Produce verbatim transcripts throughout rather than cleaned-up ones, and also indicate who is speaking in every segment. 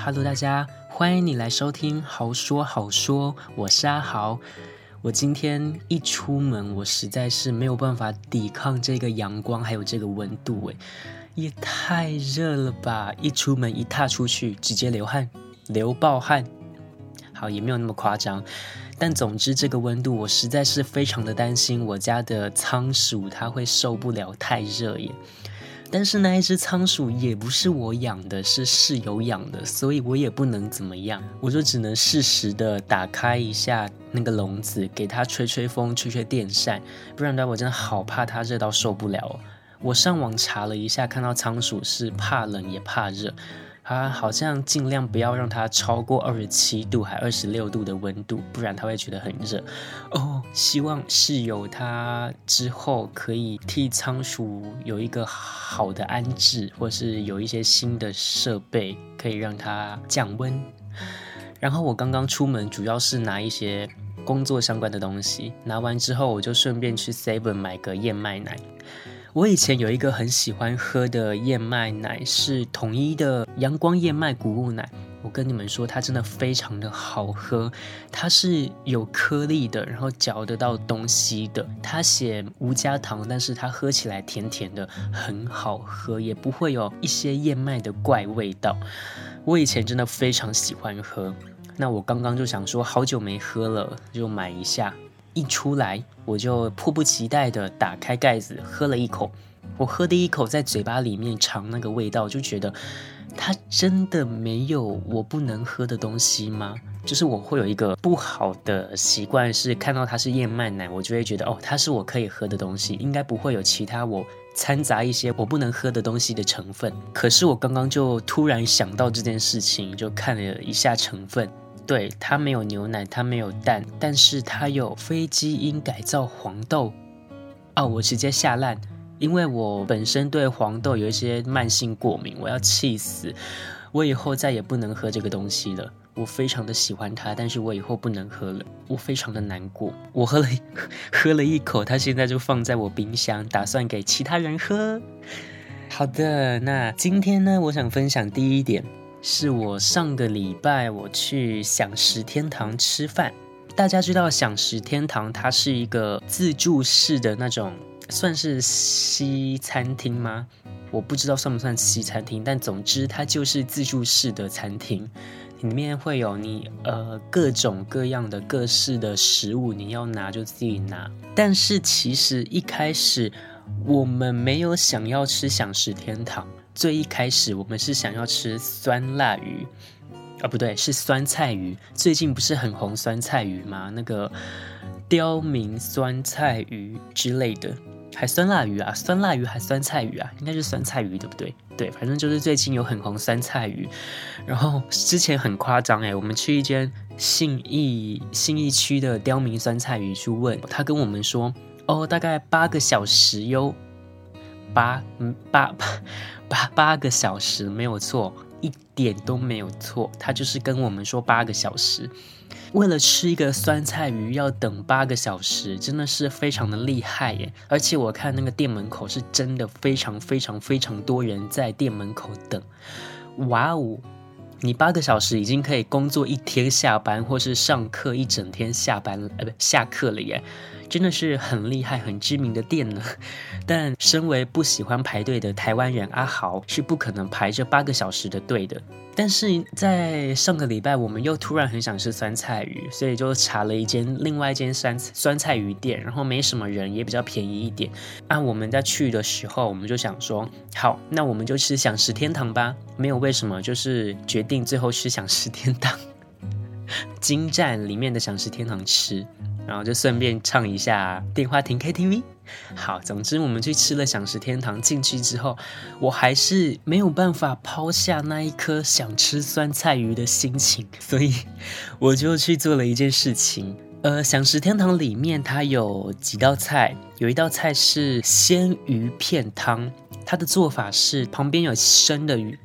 Speaker 1: Hello， 大家，欢迎你来收听豪说好说，我是阿豪。我今天一出门，我实在是没有办法抵抗这个阳光还有这个温度，诶，也太热了吧！一出门一踏出去，直接流汗，流爆汗。好，也没有那么夸张，但总之这个温度，我实在是非常的担心我家的仓鼠它会受不了太热耶。但是那一只仓鼠也不是我养的，是室友养的，所以我也不能怎么样，我就只能适时的打开一下那个笼子，给它吹吹风，吹吹电扇，不然的话我真的好怕它热到受不了哦。我上网查了一下，看到仓鼠是怕冷也怕热，它好像尽量不要让它超过二十七度还二十六度的温度，不然它会觉得很热哦。希望室友他之后可以替仓鼠有一个好的安置，或是有一些新的设备可以让它降温。然后我刚刚出门主要是拿一些工作相关的东西，拿完之后我就顺便去 seven 买个燕麦奶。我以前有一个很喜欢喝的燕麦奶，是统一的阳光燕麦谷物奶。我跟你们说，它真的非常的好喝，它是有颗粒的，然后嚼得到东西的。它写无加糖，但是它喝起来甜甜的，很好喝，也不会有一些燕麦的怪味道。我以前真的非常喜欢喝，那我刚刚就想说，好久没喝了，就买一下。一出来我就迫不及待的打开盖子喝了一口，我喝的一口在嘴巴里面尝那个味道，就觉得它真的没有我不能喝的东西吗？就是我会有一个不好的习惯，是看到它是燕麦奶，我就会觉得哦，它是我可以喝的东西，应该不会有其他我掺杂一些我不能喝的东西的成分。可是我刚刚就突然想到这件事情，就看了一下成分。对，它没有牛奶，它没有蛋，但是它有非基因改造黄豆啊！我直接吓烂，因为我本身对黄豆有一些慢性过敏，我要气死！我以后再也不能喝这个东西了。我非常的喜欢它，但是我以后不能喝了，我非常的难过。我喝了喝了一口，它现在就放在我冰箱，打算给其他人喝。好的，那今天呢，我想分享第一点。是我上个礼拜我去享食天堂吃饭。大家知道享食天堂它是一个自助式的那种，算是西餐厅吗？我不知道算不算西餐厅，但总之它就是自助式的餐厅，里面会有你呃各种各样的各式的食物，你要拿就自己拿。但是其实一开始我们没有想要吃享食天堂，最一开始我们是想要吃酸辣鱼啊，不对，是酸菜鱼。最近不是很红酸菜鱼吗？那个刁民酸菜鱼之类的，还酸辣鱼啊？酸辣鱼还酸菜鱼啊？应该是酸菜鱼对不对？对，反正就是最近有很红酸菜鱼。然后之前很夸张哎，我们去一间信义信义区的刁民酸菜鱼去问，他跟我们说哦，大概八个小时哟。八嗯八八八个小时没有错，一点都没有错，他就是跟我们说八个小时。为了吃一个酸菜鱼要等八个小时，真的是非常的厉害耶！而且我看那个店门口是真的非常非常非常多人在店门口等。哇哦！你八个小时已经可以工作一天下班，或是上课一整天下班呃不下课了耶，真的是很厉害很知名的店呢。但身为不喜欢排队的台湾人阿豪是不可能排这八个小时的队的。但是在上个礼拜我们又突然很想吃酸菜鱼，所以就查了一间另外一间酸酸菜鱼店，然后没什么人也比较便宜一点啊。我们在去的时候我们就想说好，那我们就吃享食天堂吧，没有为什么，就是决定最后吃享食天堂金站里面的享食天堂吃，然后就顺便唱一下电话亭 K T V。 好，总之我们去吃了享食天堂，进去之后我还是没有办法抛下那一颗想吃酸菜鱼的心情，所以我就去做了一件事情。呃，享食天堂里面它有几道菜，有一道菜是鲜鱼片汤，它的做法是旁边有生的鱼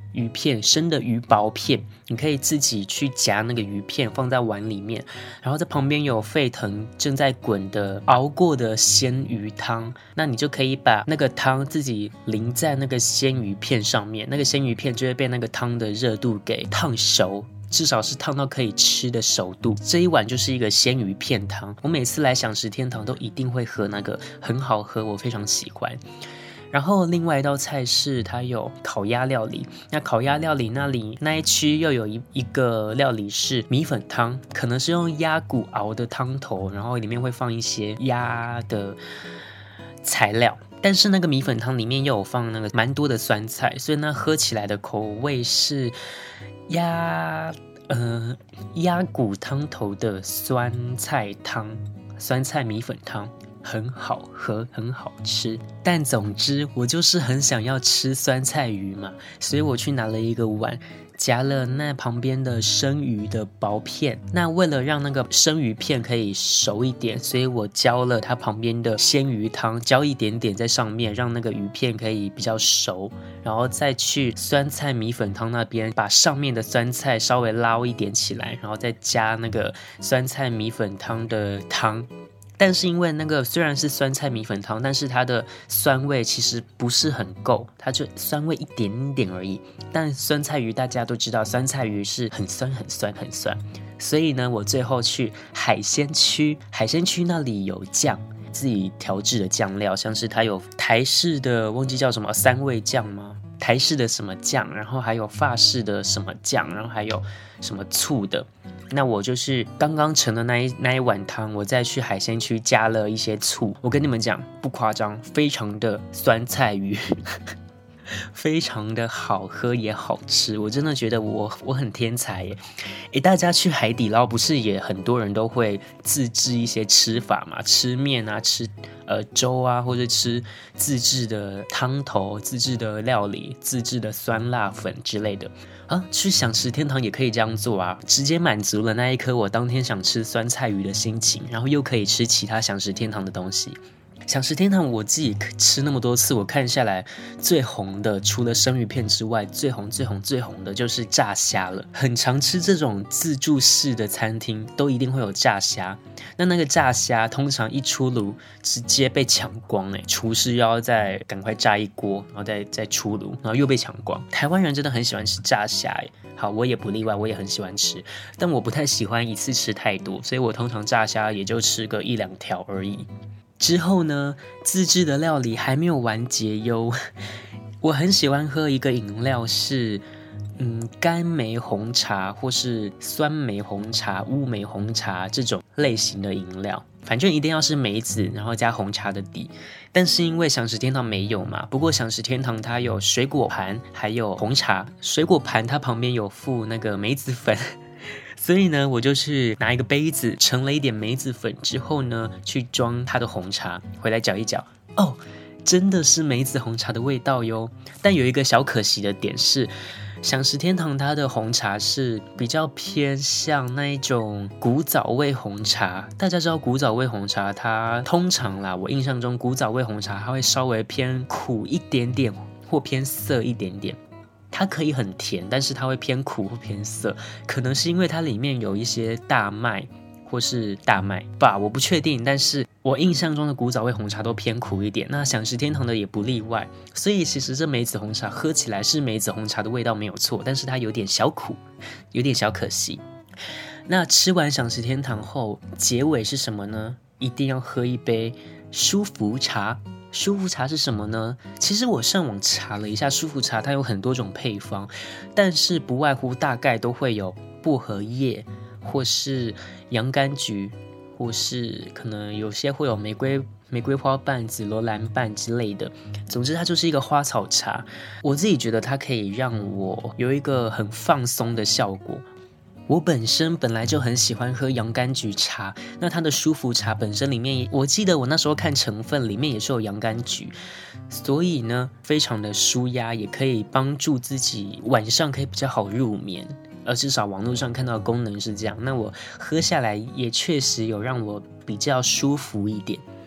Speaker 1: 鱼片，生的鱼薄片，你可以自己去夹那个鱼片放在碗里面，然后在旁边有沸腾正在滚的熬过的鲜鱼汤，那你就可以把那个汤自己淋在那个鲜鱼片上面，那个鲜鱼片就会被那个汤的热度给烫熟，至少是烫到可以吃的熟度。这一碗就是一个鲜鱼片汤，我每次来享食天堂都一定会喝那个，很好喝，我非常喜欢。然后另外一道菜是它有烤鸭料理，那烤鸭料理那里那一区又有 一, 一个料理是米粉汤，可能是用鸭骨熬的汤头，然后里面会放一些鸭的材料，但是那个米粉汤里面又有放那个蛮多的酸菜，所以呢喝起来的口味是鸭呃鸭骨汤头的酸菜汤，酸菜米粉汤。很好喝，很好吃，但总之我就是很想要吃酸菜鱼嘛，所以我去拿了一个碗，夹了那旁边的生鱼的薄片。那为了让那个生鱼片可以熟一点，所以我浇了它旁边的鲜鱼汤，浇一点点在上面，让那个鱼片可以比较熟，然后再去酸菜米粉汤那边把上面的酸菜稍微捞一点起来，然后再加那个酸菜米粉汤的汤。但是因为那个虽然是酸菜米粉汤，但是它的酸味其实不是很够，它就酸味一点点而已。但酸菜鱼大家都知道，酸菜鱼是很酸很酸很酸，所以呢我最后去海鲜区，海鲜区那里有酱，自己调制的酱料，像是它有台式的忘记叫什么三味酱吗，台式的什么酱，然后还有法式的什么酱，然后还有什么醋的。那我就是刚刚盛的那一那一碗汤，我再去海鲜区加了一些醋。我跟你们讲，不夸张，非常的酸菜鱼，非常的好喝也好吃。我真的觉得我我很天才耶！诶，大家去海底捞不是也很多人都会自制一些吃法嘛？吃面啊，吃呃粥啊，或者吃自制的汤头、自制的料理、自制的酸辣粉之类的。啊，去享食天堂也可以这样做啊，直接满足了那一颗我当天想吃酸菜鱼的心情，然后又可以吃其他享食天堂的东西。享食天堂我自己吃那么多次，我看下来最红的除了生鱼片之外，最红最红最红的就是炸虾了。很常吃这种自助式的餐厅都一定会有炸虾，那那个炸虾通常一出炉直接被抢光，欸，厨师要再赶快炸一锅，然后再再出炉，然后又被抢光。台湾人真的很喜欢吃炸虾，欸，好，我也不例外，我也很喜欢吃，但我不太喜欢一次吃太多，所以我通常炸虾也就吃个一两条而已。之后呢，自制的料理还没有完结哟。我很喜欢喝一个饮料是，嗯，甘梅红茶或是酸梅红茶、乌梅红茶这种类型的饮料，反正一定要是梅子，然后加红茶的底。但是因为享食天堂没有嘛，不过享食天堂它有水果盘，还有红茶。水果盘它旁边有附那个梅子粉。所以呢，我就去拿一个杯子盛了一点梅子粉之后呢，去装它的红茶，回来搅一搅。哦，真的是梅子红茶的味道哟。但有一个小可惜的点是，享食天堂它的红茶是比较偏向那一种古早味红茶。大家知道古早味红茶，它通常啦，我印象中古早味红茶它会稍微偏苦一点点，或偏涩一点点。它可以很甜，但是它会偏苦或偏涩，可能是因为它里面有一些大麦或是大麦吧，我不确定。但是我印象中的古早味红茶都偏苦一点，那享食天堂的也不例外。所以其实这梅子红茶喝起来是梅子红茶的味道没有错，但是它有点小苦，有点小可惜。那吃完享食天堂后，结尾是什么呢？一定要喝一杯舒服茶。舒服茶是什么呢？其实我上网查了一下，舒服茶它有很多种配方，但是不外乎大概都会有薄荷叶，或是洋甘菊，或是可能有些会有玫瑰玫瑰花瓣、紫罗兰瓣之类的。总之它就是一个花草茶，我自己觉得它可以让我有一个很放松的效果。我本身本来就很喜欢喝洋甘菊茶，那它的舒服茶本身里面，我记得我那时候看成分里面也是有洋甘菊，所以呢非常的舒压，也可以帮助自己晚上可以比较好入眠，而至少网络上看到的功能是这样。那我喝下来也确实有让我比较舒服一点，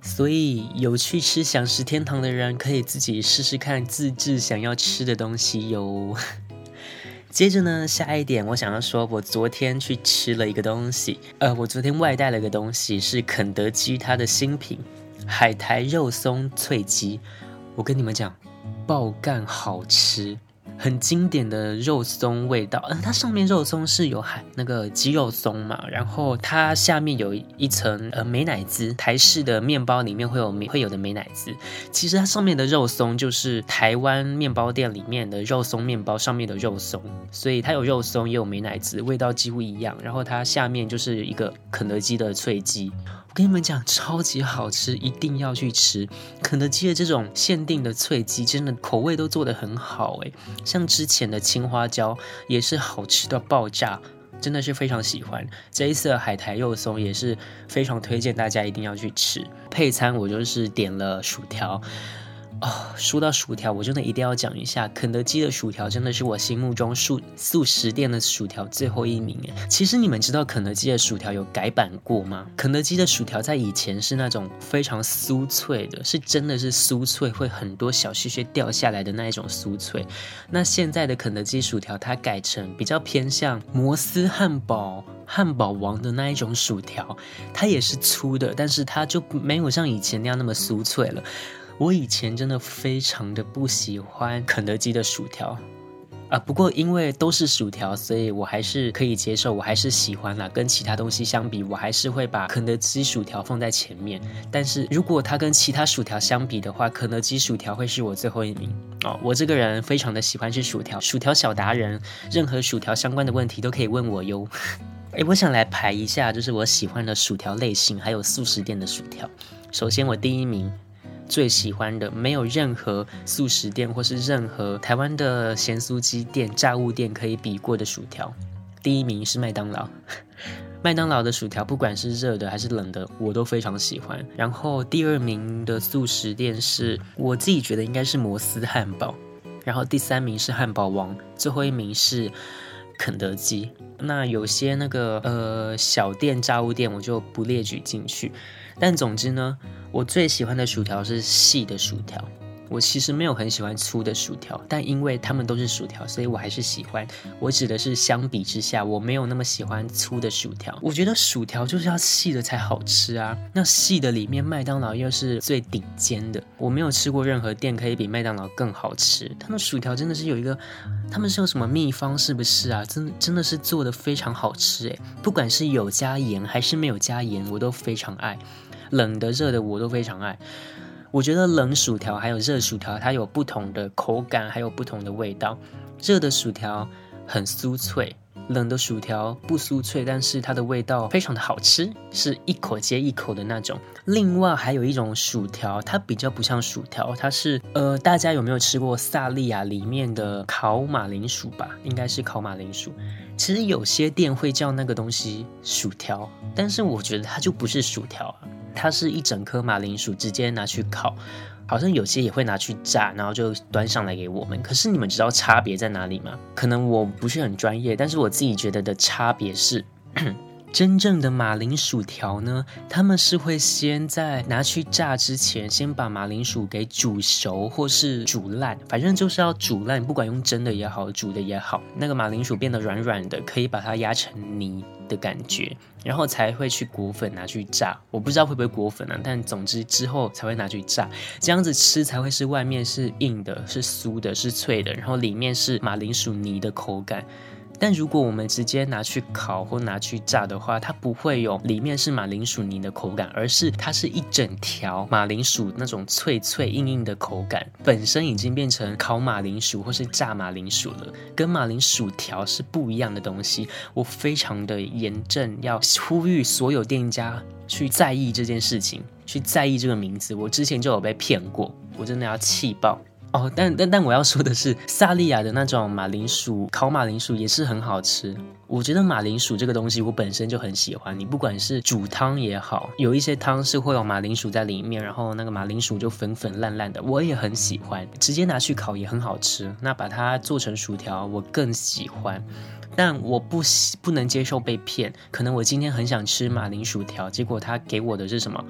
Speaker 1: 所以有去吃享食天堂的人可以自己试试看自制想要吃的东西哟。接着呢，下一点我想要说，我昨天去吃了一个东西，呃，我昨天外带了一个东西，是肯德基它的新品海苔肉松脆鸡。我跟你们讲，爆干好吃，很经典的肉松味道。呃，它上面肉松是有海那个鸡肉松嘛，然后它下面有一层呃美乃滋，台式的面包里面会有会有的美乃滋。其实它上面的肉松就是台湾面包店里面的肉松面包上面的肉松，所以它有肉松也有美乃滋，味道几乎一样。然后它下面就是一个肯德基的脆鸡。我跟你们讲，超级好吃，一定要去吃。肯德基的这种限定的脆鸡，真的口味都做得很好诶，像之前的青花椒也是好吃到爆炸，真的是非常喜欢。这一次的海苔肉松也是非常推荐大家一定要去吃。配餐我就是点了薯条。哦，说到薯条，我真的一定要讲一下，肯德基的薯条真的是我心目中素素食店的薯条最后一名耶。其实你们知道肯德基的薯条有改版过吗？肯德基的薯条在以前是那种非常酥脆的，是真的是酥脆，会很多小屑屑掉下来的那一种酥脆。那现在的肯德基薯条它改成比较偏向摩斯汉堡汉堡王的那一种薯条，它也是粗的，但是它就没有像以前那样那么酥脆了。我以前真的非常的不喜欢肯德基的薯条啊，不过因为都是薯条，所以我还是可以接受，我还是喜欢啦。跟其他东西相比，我还是会把肯德基薯条放在前面。但是如果它跟其他薯条相比的话，肯德基薯条会是我最后一名哦。我这个人非常的喜欢吃薯条，薯条小达人，任何薯条相关的问题都可以问我哟。诶，我想来排一下，就是我喜欢的薯条类型，还有素食店的薯条。首先，我第一名。最喜欢的，没有任何素食店或是任何台湾的咸酥鸡店、炸物店可以比过的薯条。第一名是麦当劳，麦当劳的薯条不管是热的还是冷的，我都非常喜欢。然后第二名的素食店是我自己觉得应该是摩斯汉堡，然后第三名是汉堡王，最后一名是肯德基。那有些那个呃小店炸物店我就不列举进去，但总之呢，我最喜欢的薯条是细的薯条。我其实没有很喜欢粗的薯条，但因为它们都是薯条，所以我还是喜欢。我指的是相比之下，我没有那么喜欢粗的薯条。我觉得薯条就是要细的才好吃啊。那细的里面，麦当劳又是最顶尖的。我没有吃过任何店可以比麦当劳更好吃。他们薯条真的是有一个，他们是有什么秘方是不是啊？真的真的是做的非常好吃诶。不管是有加盐还是没有加盐，我都非常爱。冷的热的我都非常爱。我觉得冷薯条还有热薯条它有不同的口感，还有不同的味道。热的薯条很酥脆，冷的薯条不酥脆，但是它的味道非常的好吃，是一口接一口的那种。另外还有一种薯条，它比较不像薯条，它是呃，大家有没有吃过萨莉亚里面的烤马铃薯吧？应该是烤马铃薯。其实有些店会叫那个东西薯条，但是我觉得它就不是薯条啊，它是一整颗马铃薯直接拿去烤，好像有些也会拿去炸，然后就端上来给我们。可是你们知道差别在哪里吗？可能我不是很专业，但是我自己觉得的差别是真正的马铃薯条呢，他们是会先在拿去炸之前，先把马铃薯给煮熟或是煮烂，反正就是要煮烂，不管用蒸的也好，煮的也好，那个马铃薯变得软软的，可以把它压成泥的感觉，然后才会去裹粉拿去炸。我不知道会不会裹粉啊，但总之之后才会拿去炸，这样子吃才会是外面是硬的，是酥的，是脆的，然后里面是马铃薯泥的口感。但如果我们直接拿去烤或拿去炸的话，它不会有里面是马铃薯泥的口感，而是它是一整条马铃薯那种脆脆硬硬的口感，本身已经变成烤马铃薯或是炸马铃薯了，跟马铃薯条是不一样的东西。我非常的严正要呼吁所有店家去在意这件事情，去在意这个名字。我之前就有被骗过，我真的要气爆。哦，但但但我要说的是，萨莉亚的那种马铃薯烤马铃薯也是很好吃。我觉得马铃薯这个东西我本身就很喜欢，你不管是煮汤也好，有一些汤是会有马铃薯在里面，然后那个马铃薯就粉粉烂烂的，我也很喜欢。直接拿去烤也很好吃，那把它做成薯条我更喜欢。但我不不能接受被骗，可能我今天很想吃马铃薯条，结果他给我的是什么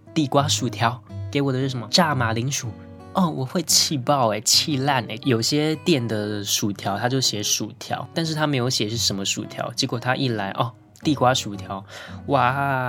Speaker 1: 地瓜薯条，给我的是什么炸马铃薯。哦，我会气爆哎，气烂哎！有些店的薯条它就写薯条，但是它没有写是什么薯条，结果它一来哦，地瓜薯条，哇！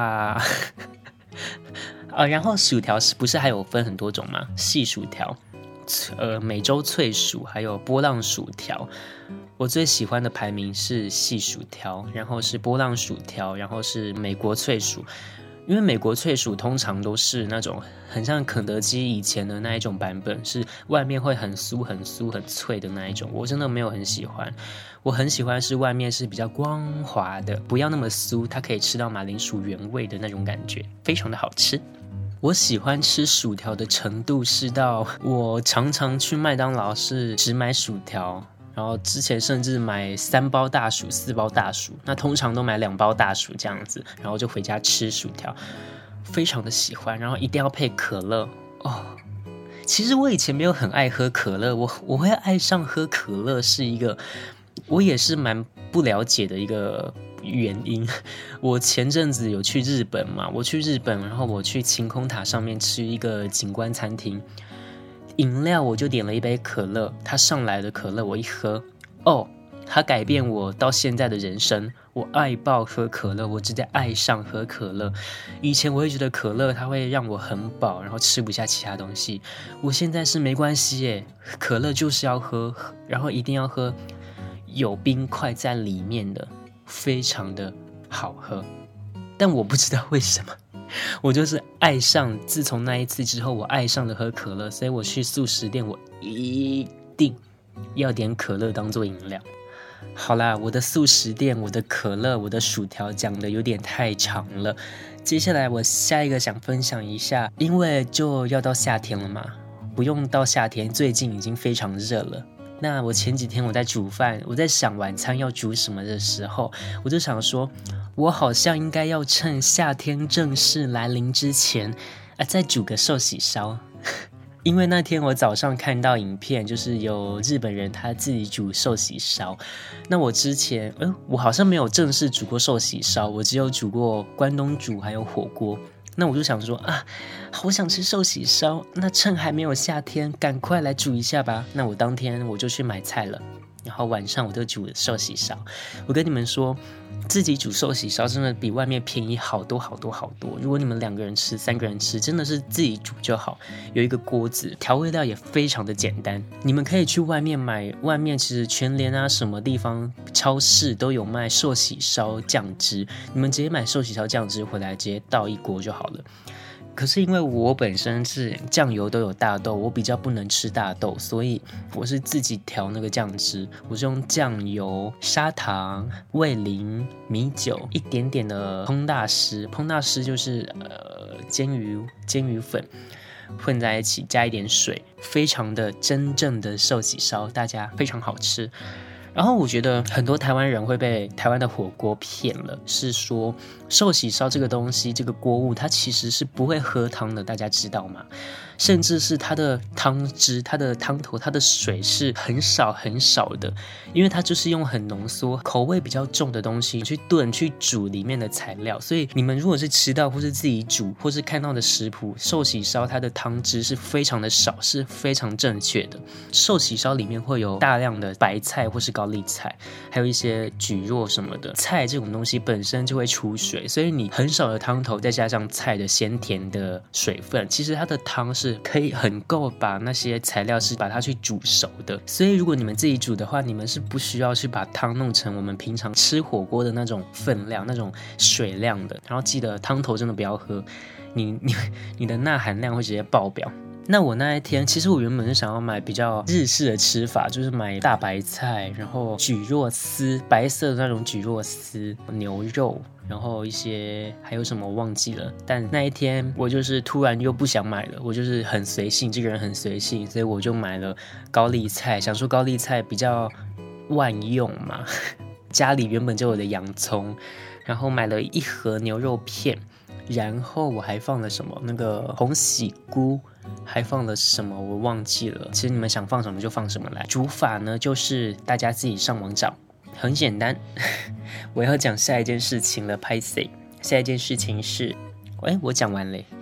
Speaker 1: 啊，然后薯条是不是还有分很多种吗？细薯条、呃美洲脆薯，还有波浪薯条。我最喜欢的排名是细薯条，然后是波浪薯条，然后是美国脆薯。因为美国脆薯通常都是那种很像肯德基以前的那一种版本，是外面会很酥很酥很脆的那一种，我真的没有很喜欢。我很喜欢是外面是比较光滑的，不要那么酥，它可以吃到马铃薯原味的那种感觉，非常的好吃。我喜欢吃薯条的程度是到我常常去麦当劳是只买薯条，然后之前甚至买三包大薯四包大薯，那通常都买两包大薯这样子，然后就回家吃薯条，非常的喜欢，然后一定要配可乐哦。其实我以前没有很爱喝可乐，我我会爱上喝可乐是一个我也是蛮不了解的一个原因。我前阵子有去日本嘛，我去日本，然后我去晴空塔上面吃一个景观餐厅，饮料我就点了一杯可乐，它上来的可乐我一喝，哦，它改变我到现在的人生，我爱爆喝可乐，我直接爱上喝可乐。以前我会觉得可乐它会让我很饱，然后吃不下其他东西，我现在是没关系耶，可乐就是要喝，然后一定要喝有冰块在里面的，非常的好喝。但我不知道为什么我就是爱上，自从那一次之后我爱上了喝可乐，所以我去素食店我一定要点可乐当做饮料。好啦，我的素食店，我的可乐，我的薯条讲的有点太长了，接下来我下一个想分享一下，因为就要到夏天了嘛，不用到夏天，最近已经非常热了。那我前几天我在煮饭，我在想晚餐要煮什么的时候，我就想说我好像应该要趁夏天正式来临之前啊，再煮个寿喜烧。因为那天我早上看到影片，就是有日本人他自己煮寿喜烧。那我之前呃，我好像没有正式煮过寿喜烧，我只有煮过关东煮还有火锅。那我就想说啊，好想吃寿喜烧，那趁还没有夏天，赶快来煮一下吧。那我当天我就去买菜了，然后晚上我就煮了寿喜烧。我跟你们说，自己煮寿喜烧真的比外面便宜好多好多好多。如果你们两个人吃三个人吃，真的是自己煮就好，有一个锅子，调味料也非常的简单。你们可以去外面买，外面其实全联啊什么地方超市都有卖寿喜烧酱汁，你们直接买寿喜烧酱汁回来直接倒一锅就好了。可是因为我本身是酱油都有大豆，我比较不能吃大豆，所以我是自己调那个酱汁。我是用酱油、砂糖、味淋、米酒，一点点的烹大师，烹大师就是呃煎鱼煎鱼粉混在一起，加一点水，非常的真正的寿喜烧，大家非常好吃。然后我觉得很多台湾人会被台湾的火锅骗了，是说寿喜烧这个东西，这个锅物它其实是不会喝汤的，大家知道吗？甚至是它的汤汁、它的汤头、它的水是很少很少的，因为它就是用很浓缩、口味比较重的东西去炖、去煮里面的材料。所以你们如果是吃到或是自己煮或是看到的食谱，寿喜烧它的汤汁是非常的少，是非常正确的。寿喜烧里面会有大量的白菜或是高丽菜，还有一些蒟蒻什么的。菜这种东西本身就会出水，所以你很少的汤头再加上菜的鲜甜的水分，其实它的汤是可以很够把那些材料是把它去煮熟的。所以如果你们自己煮的话，你们是不需要去把汤弄成我们平常吃火锅的那种分量、那种水量的。然后记得汤头真的不要喝，你你你的钠含量会直接爆表。那我那一天其实我原本是想要买比较日式的吃法，就是买大白菜，然后蒟蒻丝，白色的那种蒟蒻丝，牛肉，然后一些还有什么我忘记了。但那一天我就是突然又不想买了，我就是很随性，这个人很随性，所以我就买了高丽菜，想说高丽菜比较万用嘛，家里原本就有的洋葱，然后买了一盒牛肉片，然后我还放了什么那个红喜菇，还放了什么我忘记了，其实你们想放什么就放什么来。煮法呢就是大家自己上网找，很简单。我要讲下一件事情了，拍谁？下一件事情是，哎，我讲完嘞。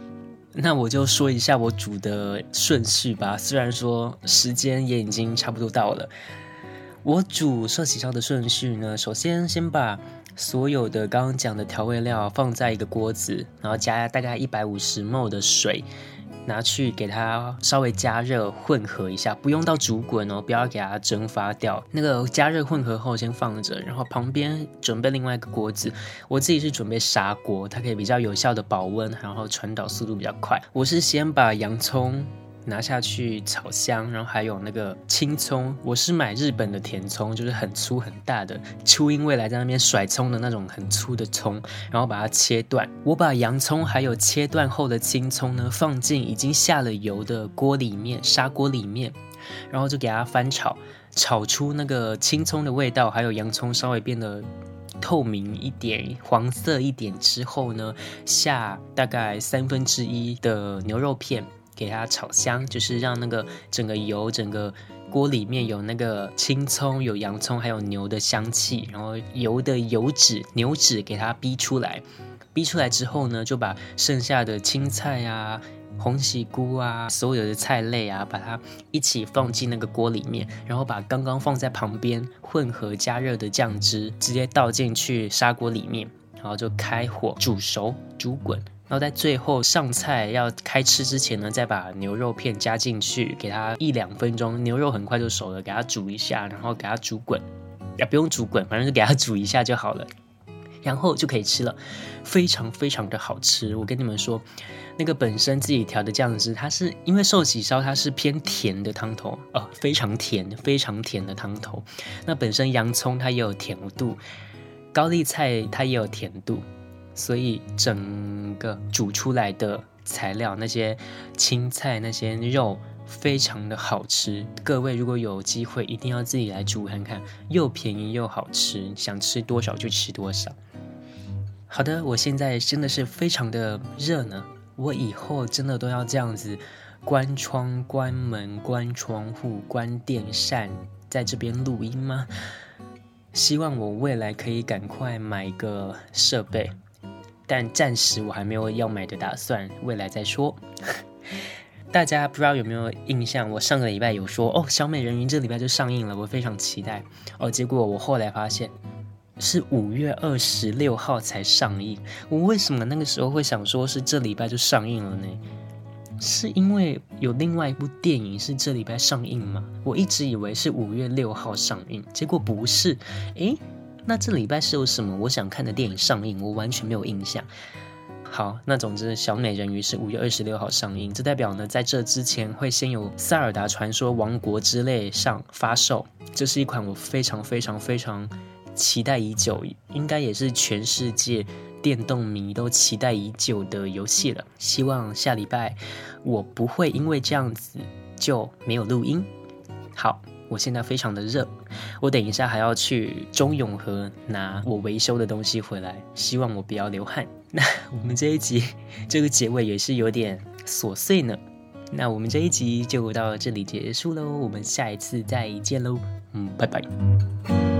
Speaker 1: 那我就说一下我煮的顺序吧，虽然说时间也已经差不多到了。我煮寿喜烧的顺序呢，首先先把所有的刚刚讲的调味料放在一个锅子，然后加大概一百五十毫升的水，拿去给它稍微加热混合一下，不用到煮滚哦，不要给它蒸发掉。那个加热混合后先放着，然后旁边准备另外一个锅子，我自己是准备砂锅，它可以比较有效的保温，然后传导速度比较快。我是先把洋葱拿下去炒香，然后还有那个青葱，我是买日本的甜葱，就是很粗很大的，初音未来在那边甩葱的那种很粗的葱，然后把它切断。我把洋葱还有切断后的青葱呢放进已经下了油的锅里面，砂锅里面，然后就给它翻炒，炒出那个青葱的味道，还有洋葱稍微变得透明一点黄色一点之后呢，下大概三分之一的牛肉片给它炒香，就是让那个整个油整个锅里面有那个青葱有洋葱还有牛的香气，然后油的油脂牛脂给它逼出来，逼出来之后呢，就把剩下的青菜啊红喜菇啊所有的菜类啊把它一起放进那个锅里面，然后把刚刚放在旁边混合加热的酱汁直接倒进去砂锅里面，然后就开火煮熟煮滚，然后在最后上菜要开吃之前呢，再把牛肉片加进去，给它一两分钟，牛肉很快就熟了，给它煮一下，然后给它煮滚，也不用煮滚，反正就给它煮一下就好了，然后就可以吃了，非常非常的好吃。我跟你们说，那个本身自己调的酱汁，它是因为寿喜烧它是偏甜的汤头哦，非常甜非常甜的汤头。那本身洋葱它也有甜度，高丽菜它也有甜度，所以整个煮出来的材料，那些青菜那些肉非常的好吃。各位如果有机会一定要自己来煮看看，又便宜又好吃，想吃多少就吃多少。好的，我现在真的是非常的热呢，我以后真的都要这样子关窗关门关窗户关电扇在这边录音吗？希望我未来可以赶快买个设备，但暂时我还没有要买的打算，未来再说。大家不知道有没有印象，我上个礼拜有说哦，小美人鱼这礼拜就上映了，我非常期待哦。结果我后来发现是五月二十六号才上映。我为什么那个时候会想说是这礼拜就上映了呢？是因为有另外一部电影是这礼拜上映吗？我一直以为是五月六号上映，结果不是。诶，那这礼拜是有什么我想看的电影上映？我完全没有印象。好，那总之小美人鱼是五月二十六号上映，这代表呢在这之前会先有塞尔达传说王国之泪上发售，这是一款我非常非常非常期待已久，应该也是全世界电动迷都期待已久的游戏了。希望下礼拜我不会因为这样子就没有录音。好，我现在非常的热，我等一下还要去中永和拿我维修的东西回来，希望我不要流汗。那我们这一集这个结尾也是有点琐碎呢，那我们这一集就到这里结束咯，我们下一次再见咯，嗯，拜拜。